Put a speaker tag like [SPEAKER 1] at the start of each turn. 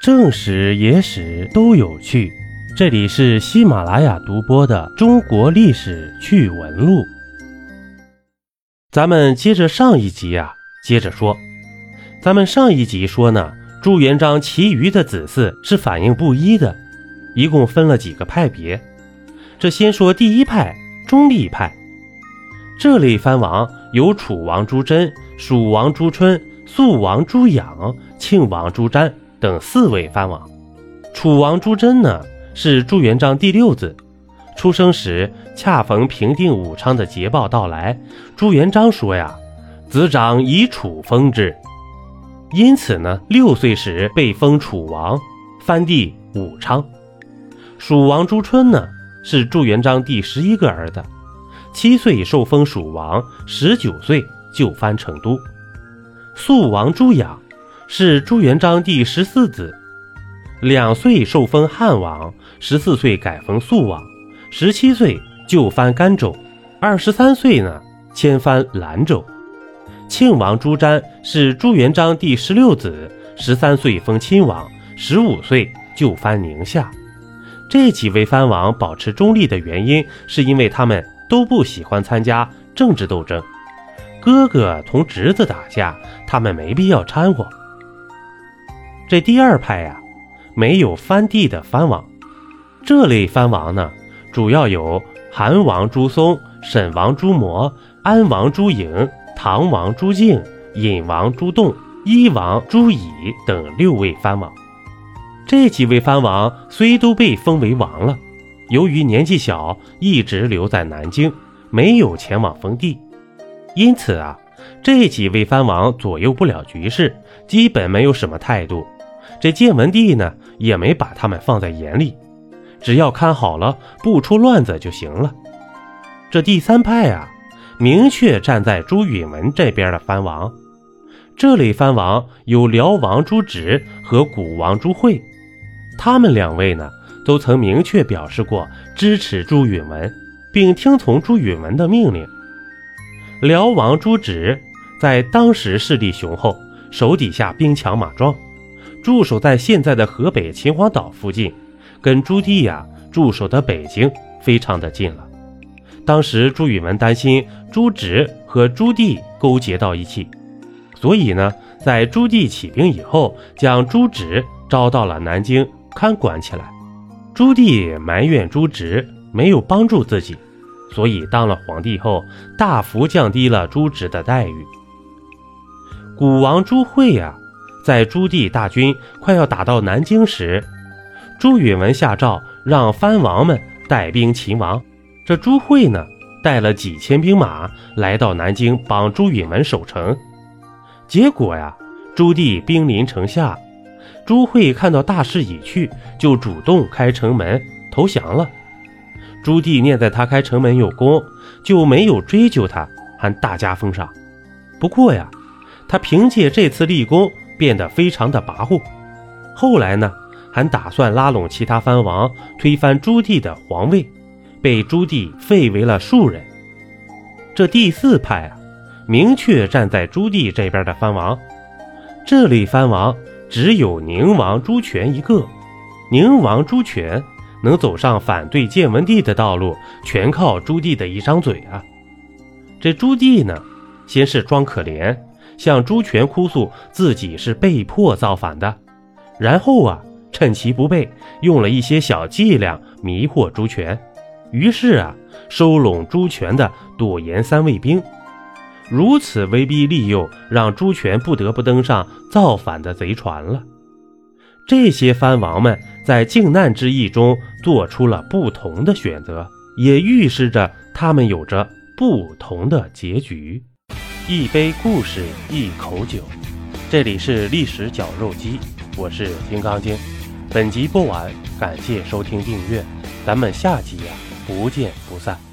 [SPEAKER 1] 正史野史都有趣，这里是喜马拉雅独播的中国历史趣闻录。咱们接着上一集接着说。咱们上一集说呢，朱元璋其余的子嗣是反应不一的，一共分了几个派别。这先说第一派，中立派。这类藩王有楚王朱桢、蜀王朱春、肃王朱养、庆王朱瞻等4位藩王。楚王朱桢呢，是朱元璋第6子，出生时恰逢平定武昌的捷报到来，朱元璋说子长以楚封之，因此呢，6岁时被封楚王，藩地武昌。蜀王朱春呢，是朱元璋第11个儿子，7岁受封蜀王，19岁就藩成都。肃王朱养是朱元璋第14子，2岁受封汉王，14岁改封肃王，17岁就藩甘州，23岁呢迁藩兰州。庆王朱瞻是朱元璋第16子，13岁封亲王，15岁就藩宁夏。这几位藩王保持中立的原因，是因为他们都不喜欢参加政治斗争，哥哥同侄子打架，他们没必要掺和。这第二派没有藩地的藩王。这类藩王呢，主要有韩王朱松、沈王朱模、安王朱颖、唐王朱敬、尹王朱栋、伊王朱乙等6位藩王。这几位藩王虽都被封为王了，由于年纪小，一直留在南京，没有前往封地，因此这几位藩王左右不了局势，基本没有什么态度。这建文帝呢，也没把他们放在眼里，只要看好了，不出乱子就行了。这第三派明确站在朱允文这边的藩王。这类藩王有辽王朱直和古王朱惠，他们2位呢，都曾明确表示过支持朱允文，并听从朱允文的命令。辽王朱直在当时势力雄厚，手底下兵强马壮，驻守在现在的河北秦皇岛附近，跟朱棣驻守的北京非常的近了。当时朱允文担心朱直和朱棣勾结到一起，所以呢，在朱棣起兵以后，将朱直招到了南京看管起来。朱棣埋怨朱直没有帮助自己，所以当了皇帝后，大幅降低了朱直的待遇。古王朱惠在朱棣大军快要打到南京时，朱允文下诏让藩王们带兵勤王。这朱惠呢，带了几千兵马来到南京帮朱允文守城。结果朱棣兵临城下，朱惠看到大势已去，就主动开城门投降了。朱棣念在他开城门有功，就没有追究他，还大加封赏。不过他凭借这次立功变得非常的跋扈，后来呢，还打算拉拢其他藩王推翻朱棣的皇位，被朱棣废为了庶人。这第4派明确站在朱棣这边的藩王。这类藩王只有宁王朱权一个。宁王朱权能走上反对建文帝的道路，全靠朱棣的一张嘴这朱棣呢，先是装可怜，向朱权哭诉自己是被迫造反的，然后趁其不备，用了一些小伎俩迷惑朱权，于是收拢朱权的朵颜3卫兵，如此威逼利诱，让朱权不得不登上造反的贼船了。这些藩王们在靖难之役中做出了不同的选择，也预示着他们有着不同的结局。一杯故事，一口酒，这里是历史绞肉机，我是金刚经。本集播完，感谢收听订阅，咱们下集不见不散。